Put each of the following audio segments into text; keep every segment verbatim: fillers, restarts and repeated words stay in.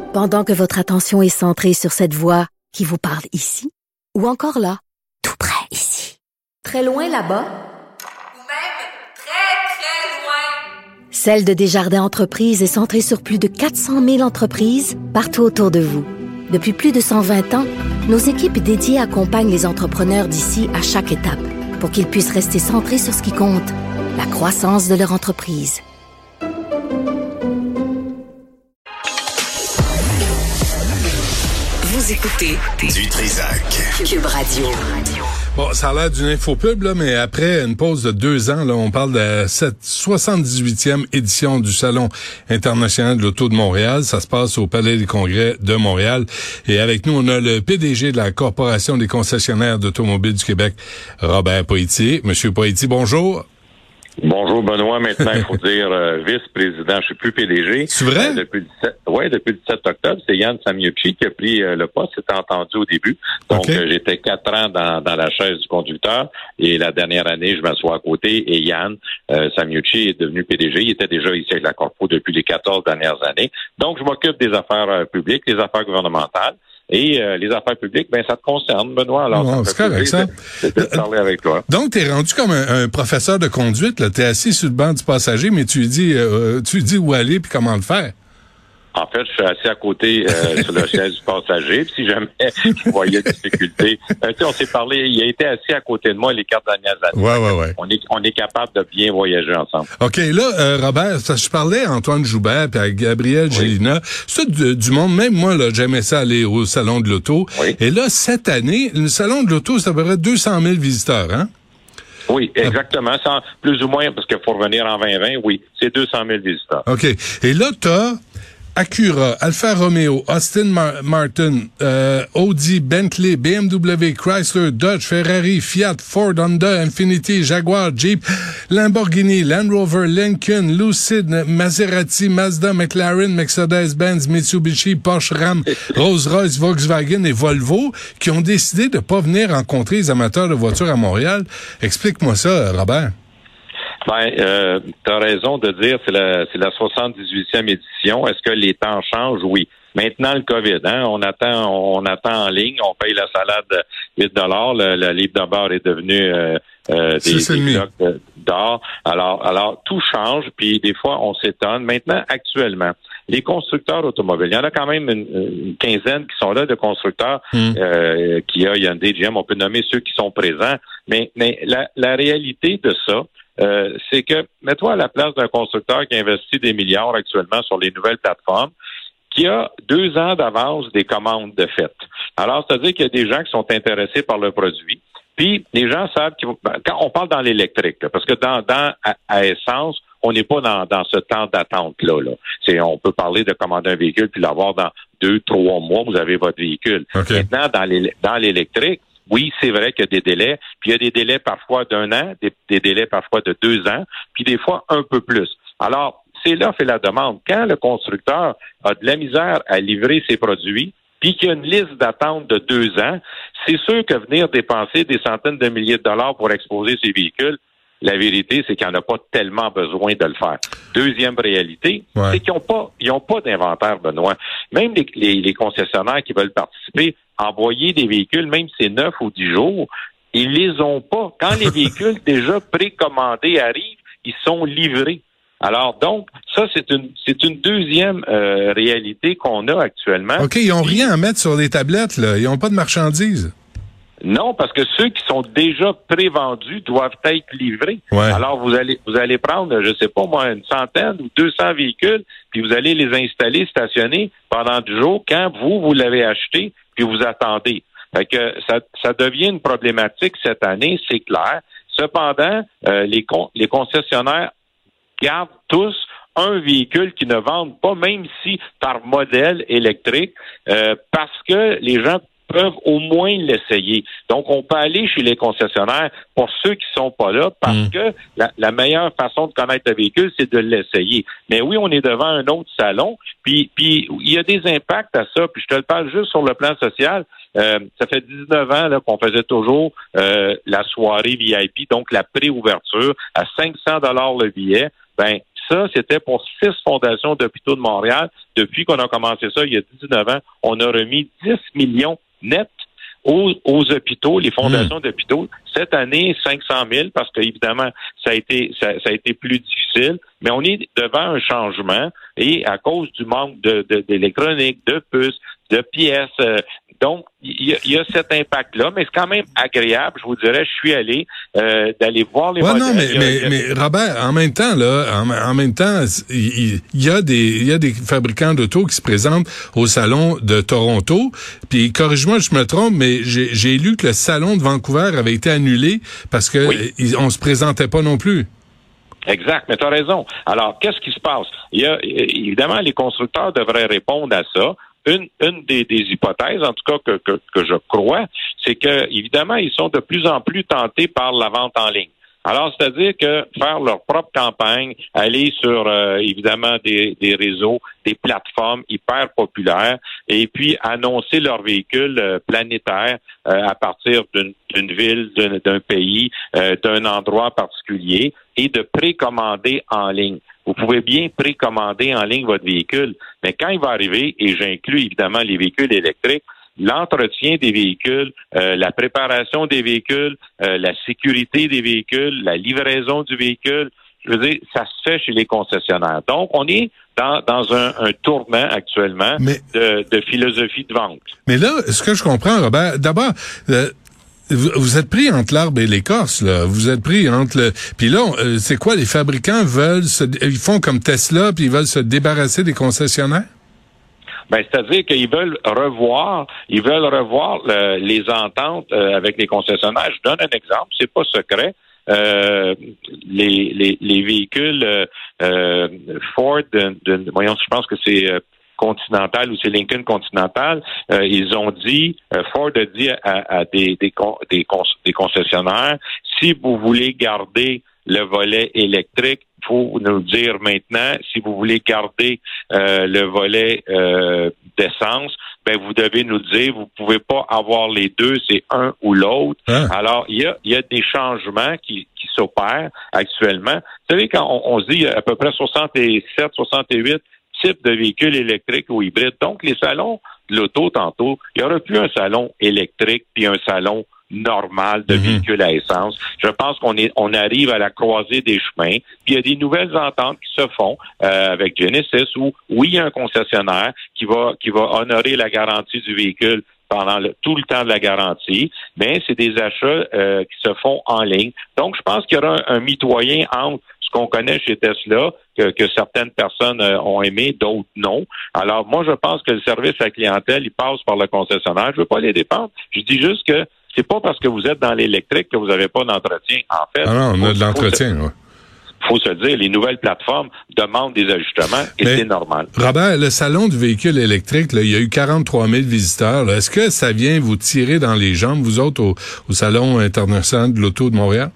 Pendant que votre attention est centrée sur cette voix qui vous parle ici, ou encore là, tout près ici, très loin là-bas, ou même très, très loin. Celle de Desjardins Entreprises est centrée sur plus de quatre cent mille entreprises partout autour de vous. Depuis plus de cent vingt ans, nos équipes dédiées accompagnent les entrepreneurs d'ici à chaque étape pour qu'ils puissent rester centrés sur ce qui compte, la croissance de leur entreprise. Vous écoutez Du Trizac. Cube Radio. Bon, ça a l'air d'une infopub, là, mais après une pause de deux ans, là, on parle de cette soixante-dix-huitième édition du Salon international de l'auto de Montréal. Ça se passe au Palais des Congrès de Montréal. Et avec nous, on a le P D G de la Corporation des concessionnaires d'automobiles du Québec, Robert Poitier. Monsieur Poitier, bonjour. Bonjour Benoît, maintenant il faut dire euh, vice-président, je suis plus P D G. C'est vrai? Euh, depuis le dix-sept, ouais, depuis le dix-sept octobre, c'est Yann Samiucci qui a pris euh, le poste, c'était entendu au début. Donc Okay. euh, j'étais quatre ans dans, dans la chaise du conducteur et la dernière année, je m'assois à côté et Yann euh, Samiucci est devenu P D G. Il était déjà ici avec la Corpo depuis les quatorze dernières années. Donc je m'occupe des affaires euh, publiques, des affaires gouvernementales. Et euh, les affaires publiques, ben ça te concerne, Benoît. Alors, Non, ça c'est correct, ça. de, de, de parler avec toi. Donc, t'es rendu comme un, un professeur de conduite, là. T'es assis sur le banc du passager, mais tu lui dis, euh, tu lui dis où aller puis comment le faire. En fait, je suis assis à côté euh, sur le siège du passager. Puis si jamais je voyais des difficultés, euh, tu sais, on s'est parlé. Il a été assis à côté de moi les quatre dernières années. Ouais, ouais, ouais. On est, on est capable de bien voyager ensemble. OK, là, euh, Robert, ça, je parlais à Antoine Joubert puis à Gabriel Gélina. C'est du, du monde, même moi, là, j'aimais ça aller au Salon de l'Auto. Oui. Et là, cette année, le Salon de l'Auto, c'est à peu près deux cent mille visiteurs, hein? Oui, exactement. Sans, plus ou moins, parce qu'il faut revenir en vingt vingt, oui, c'est deux cent mille visiteurs. OK. Et là, t'as Acura, Alfa Romeo, Aston Mar- Martin, euh, Audi, Bentley, B M W, Chrysler, Dodge, Ferrari, Fiat, Ford, Honda, Infiniti, Jaguar, Jeep, Lamborghini, Land Rover, Lincoln, Lucid, Maserati, Mazda, McLaren, Mercedes-Benz, Mitsubishi, Porsche, Ram, Rolls-Royce, Volkswagen et Volvo qui ont décidé de pas venir rencontrer les amateurs de voitures à Montréal. Explique-moi ça, Robert. Ben, euh, tu as raison de dire c'est la c'est la soixante-dix-huitième édition. Est-ce que les temps changent? Oui. Maintenant, le COVID, hein, on attend on attend en ligne, on paye la salade huit dollars, le, le livre de beurre est devenu euh, euh, des, des blocs d'or. Alors, alors tout change, puis des fois, on s'étonne. Maintenant, actuellement, les constructeurs automobiles, il y en a quand même une, une quinzaine qui sont là de constructeurs, mmh. euh, qui a Hyundai, G M, on peut nommer ceux qui sont présents, mais, mais la, la réalité de ça, Euh, c'est que, mets-toi à la place d'un constructeur qui investit des milliards actuellement sur les nouvelles plateformes, qui a deux ans d'avance des commandes de fait. Alors, c'est-à-dire qu'il y a des gens qui sont intéressés par le produit, puis les gens savent qu'ils vont, quand on parle dans l'électrique, là, parce que dans, dans à, à essence, on n'est pas dans, dans ce temps d'attente-là. Là. C'est, on peut parler de commander un véhicule puis l'avoir dans deux, trois mois, vous avez votre véhicule. Okay. Maintenant, dans, les, dans l'électrique, oui, c'est vrai qu'il y a des délais, puis il y a des délais parfois d'un an, des, des délais parfois de deux ans, puis des fois un peu plus. Alors, c'est l'offre et la demande. Quand le constructeur a de la misère à livrer ses produits, puis qu'il y a une liste d'attente de deux ans, c'est sûr que venir dépenser des centaines de milliers de dollars pour exposer ses véhicules, la vérité, c'est qu'il n'y en a pas tellement besoin de le faire. Deuxième réalité, ouais. c'est qu'ils n'ont pas, ils ont pas d'inventaire, Benoît. Même les, les, les concessionnaires qui veulent participer, envoyer des véhicules, même si c'est neuf ou dix jours, ils les ont pas. Quand les véhicules déjà précommandés arrivent, ils sont livrés. Alors donc, ça, c'est une c'est une deuxième euh, réalité qu'on a actuellement. OK, ils n'ont rien à mettre sur les tablettes, là. Ils n'ont pas de marchandises. Non, parce que ceux qui sont déjà prévendus doivent être livrés. Ouais. Alors, vous allez vous allez prendre, je sais pas moi, une centaine ou deux cents véhicules, puis vous allez les installer, stationner pendant du jour quand vous, vous l'avez acheté, puis vous attendez. Fait que ça, ça devient une problématique cette année, c'est clair. Cependant, euh, les, con, les concessionnaires gardent tous un véhicule qui ne vendent pas, même si par modèle électrique, euh, parce que les gens peuvent au moins l'essayer. Donc, on peut aller chez les concessionnaires pour ceux qui sont pas là, parce mmh. que la, la meilleure façon de connaître le véhicule, c'est de l'essayer. Mais oui, on est devant un autre salon, puis puis il y a des impacts à ça, puis je te le parle juste sur le plan social. Euh, ça fait dix-neuf ans là, qu'on faisait toujours euh, la soirée V I P, donc la pré-ouverture, à cinq cents dollars le billet. Ben, ça, c'était pour six fondations d'hôpitaux de Montréal. Depuis qu'on a commencé ça, il y a dix-neuf ans, on a remis dix millions net aux, aux hôpitaux, les fondations mmh. d'hôpitaux. Cette année, cinq cent mille, parce que évidemment, ça a été ça, ça a été plus difficile, mais on est devant un changement et à cause du manque de, de, d'électronique, de puces, de pièces. Euh, donc, il y, y a cet impact-là, mais c'est quand même agréable. Je vous dirais, je suis allé euh, d'aller voir les ouais, modèles. Non, mais, il y a, mais, il y a... mais Robert, en même temps, là, en, en même temps, il, il y a des il y a des fabricants d'auto qui se présentent au salon de Toronto. Puis corrige-moi, je me trompe, mais j'ai, j'ai lu que le salon de Vancouver avait été annulé parce que oui. il, on se présentait pas non plus. Exact, mais tu as raison. Alors, qu'est-ce qui se passe? Il y a évidemment, les constructeurs devraient répondre à ça. Une, une des, des hypothèses, en tout cas que, que, que je crois, c'est que évidemment, ils sont de plus en plus tentés par la vente en ligne. Alors, c'est-à-dire que faire leur propre campagne, aller sur, euh, évidemment, des, des réseaux, des plateformes hyper populaires, et puis annoncer leur véhicule euh, planétaire euh, à partir d'une, d'une ville, d'un, d'un pays, euh, d'un endroit particulier, et de précommander en ligne. Vous pouvez bien précommander en ligne votre véhicule, mais quand il va arriver, et j'inclus évidemment les véhicules électriques, l'entretien des véhicules, euh, la préparation des véhicules, euh, la sécurité des véhicules, la livraison du véhicule, je veux dire, ça se fait chez les concessionnaires. Donc, on est dans, dans un, un tournant actuellement mais, de, de philosophie de vente. Mais là, ce que je comprends, Robert, d'abord, euh, vous êtes pris entre l'arbre et l'écorce, là. Vous êtes pris entre le... Puis là, euh, c'est quoi, les fabricants veulent se... Ils font comme Tesla, puis ils veulent se débarrasser des concessionnaires? Ben, c'est-à-dire qu'ils veulent revoir, ils veulent revoir le, les ententes euh, avec les concessionnaires. Je donne un exemple, c'est pas secret. Euh, les, les, les véhicules euh, euh, Ford, de, de, voyons, je pense que c'est euh, Continental ou c'est Lincoln Continental, euh, ils ont dit, euh, Ford a dit à, à des, des, des, des concessionnaires, si vous voulez garder le volet électrique, il faut nous dire maintenant, si vous voulez garder euh, le volet euh, d'essence, ben vous devez nous dire, vous pouvez pas avoir les deux, c'est un ou l'autre. Hein? Alors, il y a, il y a des changements qui, qui s'opèrent actuellement. Vous savez, quand on, on se dit à peu près soixante-sept, soixante-huit types de véhicules électriques ou hybrides, donc les salons de l'auto tantôt, il y aura plus un salon électrique puis un salon normal de mm-hmm. véhicules à essence. Je pense qu'on est, on arrive à la croisée des chemins. Puis il y a des nouvelles ententes qui se font euh, avec Genesis où oui, il y a un concessionnaire qui va qui va honorer la garantie du véhicule pendant le, tout le temps de la garantie, mais c'est des achats euh, qui se font en ligne. Donc, je pense qu'il y aura un, un mitoyen entre ce qu'on connaît chez Tesla, que, que certaines personnes euh, ont aimé, d'autres non. Alors, moi, je pense que le service à la clientèle, il passe par le concessionnaire. Je veux pas les dépendre. Je dis juste que c'est pas parce que vous êtes dans l'électrique que vous n'avez pas d'entretien. En fait, ah non, on a de l'entretien, oui. Il faut se dire, les nouvelles plateformes demandent des ajustements et mais, c'est normal. Robert, le salon du véhicule électrique, là, il y a eu quarante-trois mille visiteurs. Là. Est-ce que ça vient vous tirer dans les jambes, vous autres, au, au Salon international de l'auto de Montréal?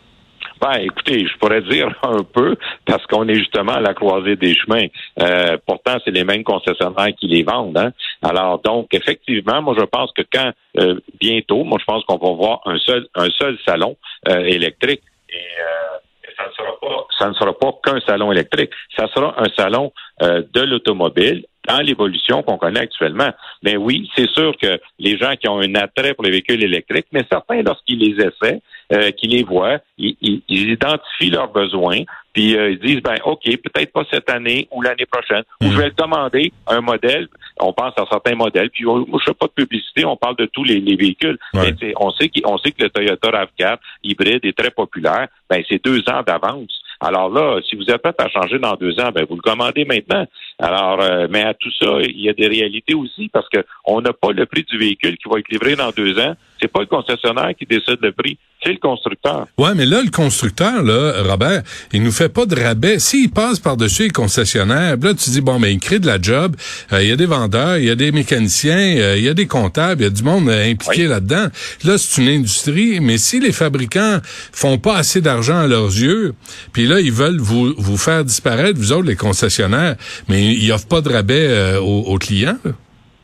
Ben, écoutez, je pourrais dire un peu, parce qu'on est justement à la croisée des chemins. Euh, pourtant, c'est les mêmes concessionnaires qui les vendent. Hein? Alors, donc, effectivement, moi, je pense que quand, euh, bientôt, moi, je pense qu'on va voir un seul un seul salon euh, électrique. Et euh, ça ne sera pas ça ne sera pas qu'un salon électrique. Ça sera un salon euh, de l'automobile dans l'évolution qu'on connaît actuellement. Mais oui, c'est sûr que les gens qui ont un attrait pour les véhicules électriques, mais certains, lorsqu'ils les essaient, euh, qu'ils les voient, ils, ils, ils identifient leurs besoins, puis euh, ils disent, ben ok, peut-être pas cette année ou l'année prochaine, mmh. ou je vais le commander un modèle. On pense à certains modèles, puis moi, je fais pas de publicité, on parle de tous les, les véhicules. Ouais. Mais on sait qu'on sait que le Toyota RAV quatre hybride est très populaire. Ben c'est deux ans d'avance. Alors là, si vous êtes prêt à changer dans deux ans, ben vous le commandez maintenant. Alors, euh, mais à tout ça, il y a des réalités aussi parce que on n'a pas le prix du véhicule qui va être livré dans deux ans. C'est pas le concessionnaire qui décide le prix, c'est le constructeur. Ouais, mais là, le constructeur, là, Robert, il nous fait pas de rabais. S'il passe par-dessus les concessionnaires, là, tu dis, bon, ben, il crée de la job, il euh, y a des vendeurs, il y a des mécaniciens, il euh, y a des comptables, il y a du monde euh, impliqué oui. là-dedans. Là, c'est une industrie, mais si les fabricants font pas assez d'argent à leurs yeux, puis là, ils veulent vous vous faire disparaître, vous autres, les concessionnaires, mais ils offrent pas de rabais euh, aux, aux clients, là.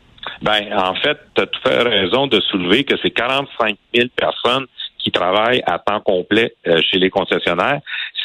Ben, en fait, tu as tout fait raison de soulever que c'est quarante-cinq mille personnes qui travaillent à temps complet euh, chez les concessionnaires.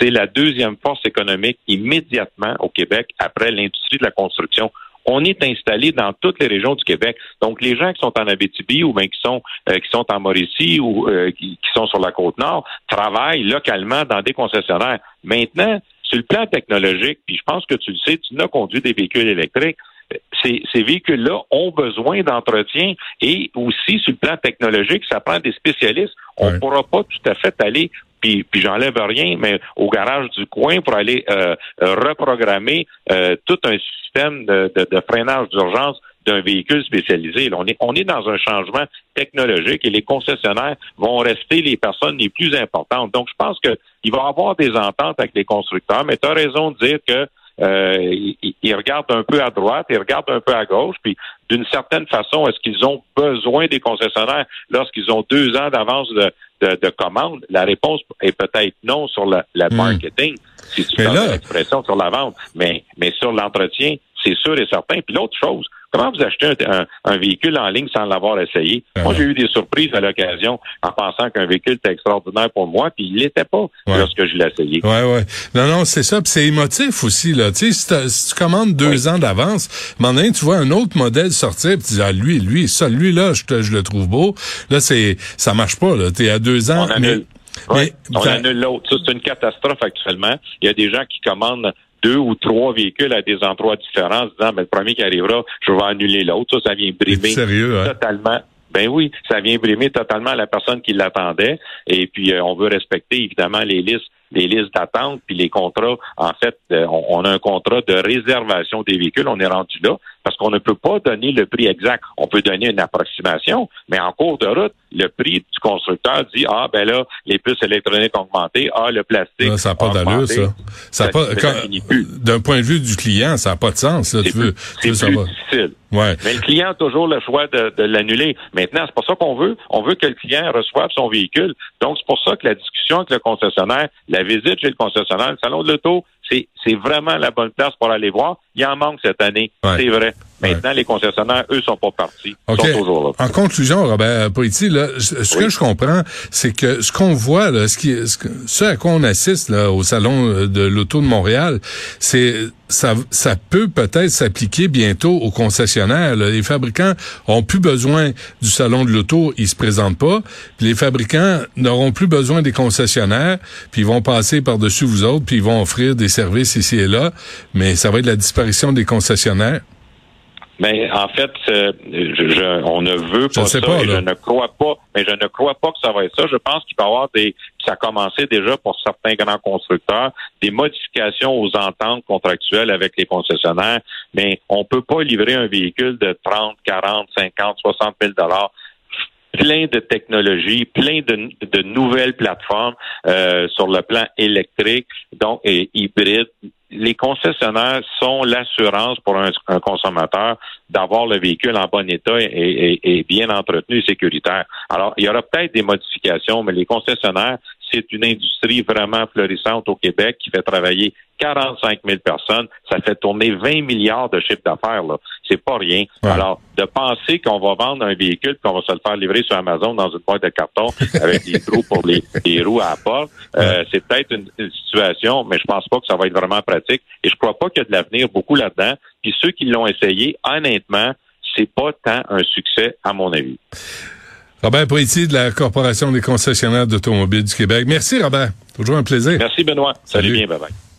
c'est la deuxième force économique immédiatement au Québec après l'industrie de la construction. On est installé dans toutes les régions du Québec. Donc, les gens qui sont en Abitibi ou bien qui sont euh, qui sont en Mauricie ou euh, qui, qui sont sur la Côte-Nord travaillent localement dans des concessionnaires. Maintenant, sur le plan technologique, puis je pense que tu le sais, tu n'as conduit des véhicules électriques. Ces, ces véhicules-là ont besoin d'entretien et aussi, sur le plan technologique, ça prend des spécialistes. On ne ouais. pourra pas tout à fait aller, puis, puis j'enlève rien, mais au garage du coin pour aller euh, reprogrammer euh, tout un système de, de, de freinage d'urgence d'un véhicule spécialisé. Là, on est, on est dans un changement technologique et les concessionnaires vont rester les personnes les plus importantes. Donc, je pense qu'il va y avoir des ententes avec les constructeurs, mais tu as raison de dire que Euh, ils, ils regardent un peu à droite, ils regardent un peu à gauche, puis d'une certaine façon, est-ce qu'ils ont besoin des concessionnaires lorsqu'ils ont deux ans d'avance de, de, de commande? La réponse est peut-être non sur le la mmh. marketing, si tu as l'expression sur la vente, mais, mais sur l'entretien, c'est sûr et certain. Puis l'autre chose, comment vous achetez un, un, un véhicule en ligne sans l'avoir essayé? Ah, moi, j'ai eu des surprises à l'occasion en pensant qu'un véhicule était extraordinaire pour moi, puis il l'était pas ouais. lorsque je l'ai essayé. Ouais, ouais. Non, non, c'est ça. Puis c'est émotif aussi, là. Tu sais, si, si tu commandes deux oui. ans d'avance, à un moment donné, tu vois un autre modèle sortir, puis tu dis, ah, lui, lui, ça, lui-là, je, te, je le trouve beau. Là, c'est, ça marche pas, là. T'es à deux ans. On annule. Mais, oui, mais, on annule l'autre. Ça, c'est une catastrophe actuellement. Il y a des gens qui commandent deux ou trois véhicules à des endroits différents, en se disant, ben, le premier qui arrivera, je vais annuler l'autre. Ça, ça vient brimer sérieux, hein? totalement. Ben oui, ça vient brimer totalement la personne qui l'attendait. Et puis, euh, on veut respecter, évidemment, les listes les listes d'attente, puis les contrats. En fait, euh, on, on a un contrat de réservation des véhicules. On est rendu là parce qu'on ne peut pas donner le prix exact. On peut donner une approximation, mais en cours de route, le prix du constructeur dit, ah, ben là, les puces électroniques ont augmenté, ah, le plastique non, ça n'a pas d'allure, ça. Ça, ça, pas, quand, d'un point de vue du client, ça n'a pas de sens. Là, c'est tu veux, plus, tu veux c'est plus savoir. difficile. Ouais. Mais le client a toujours le choix de, de l'annuler. Maintenant, c'est pas ça qu'on veut. On veut que le client reçoive son véhicule. Donc, c'est pour ça que la discussion avec le concessionnaire, la visite chez le concessionnaire, le salon de l'auto, c'est, c'est vraiment la bonne place pour aller voir. Il en manque cette année. Ouais. C'est vrai. Maintenant, ouais. les concessionnaires, eux, sont pas partis. Ils okay. sont toujours là. En conclusion, Robert Poitier, là, ce oui. que je comprends, c'est que ce qu'on voit, là, ce, qui, ce, ce à quoi on assiste là, au Salon de l'Auto de Montréal, c'est ça, ça peut peut-être s'appliquer bientôt aux concessionnaires. Là. Les fabricants ont plus besoin du Salon de l'Auto, ils se présentent pas. Puis les fabricants n'auront plus besoin des concessionnaires, puis ils vont passer par-dessus vous autres, puis ils vont offrir des services ici et là. Mais ça va être la disparition des concessionnaires. Mais en fait, euh, je, je, on ne veut pas ça. Pas, et je ne crois pas. Mais je ne crois pas que ça va être ça. Je pense qu'il va y avoir des. Ça a commencé déjà pour certains grands constructeurs, des modifications aux ententes contractuelles avec les concessionnaires. Mais on peut pas livrer un véhicule de trente, quarante, cinquante, soixante mille dollars. Plein de technologies, plein de, de nouvelles plateformes euh, sur le plan électrique, donc et hybride. Les concessionnaires sont l'assurance pour un, un consommateur d'avoir le véhicule en bon état et, et, et bien entretenu et sécuritaire. Alors, il y aura peut-être des modifications, mais les concessionnaires, c'est une industrie vraiment florissante au Québec qui fait travailler quarante-cinq mille personnes. Ça fait tourner vingt milliards de chiffre d'affaires, là. C'est pas rien. Ouais. Alors, de penser qu'on va vendre un véhicule qu'on va se le faire livrer sur Amazon dans une boîte de carton avec des trous pour les, les roues à la porte, euh, c'est peut-être une, une situation, mais je pense pas que ça va être vraiment pratique. Et je crois pas qu'il y a de l'avenir beaucoup là-dedans. Puis ceux qui l'ont essayé, honnêtement, c'est pas tant un succès, à mon avis. Robert Poitier de la Corporation des concessionnaires d'automobiles du Québec. Merci, Robert. Toujours un plaisir. Merci, Benoît. Salut, Salut bien. Bye-bye.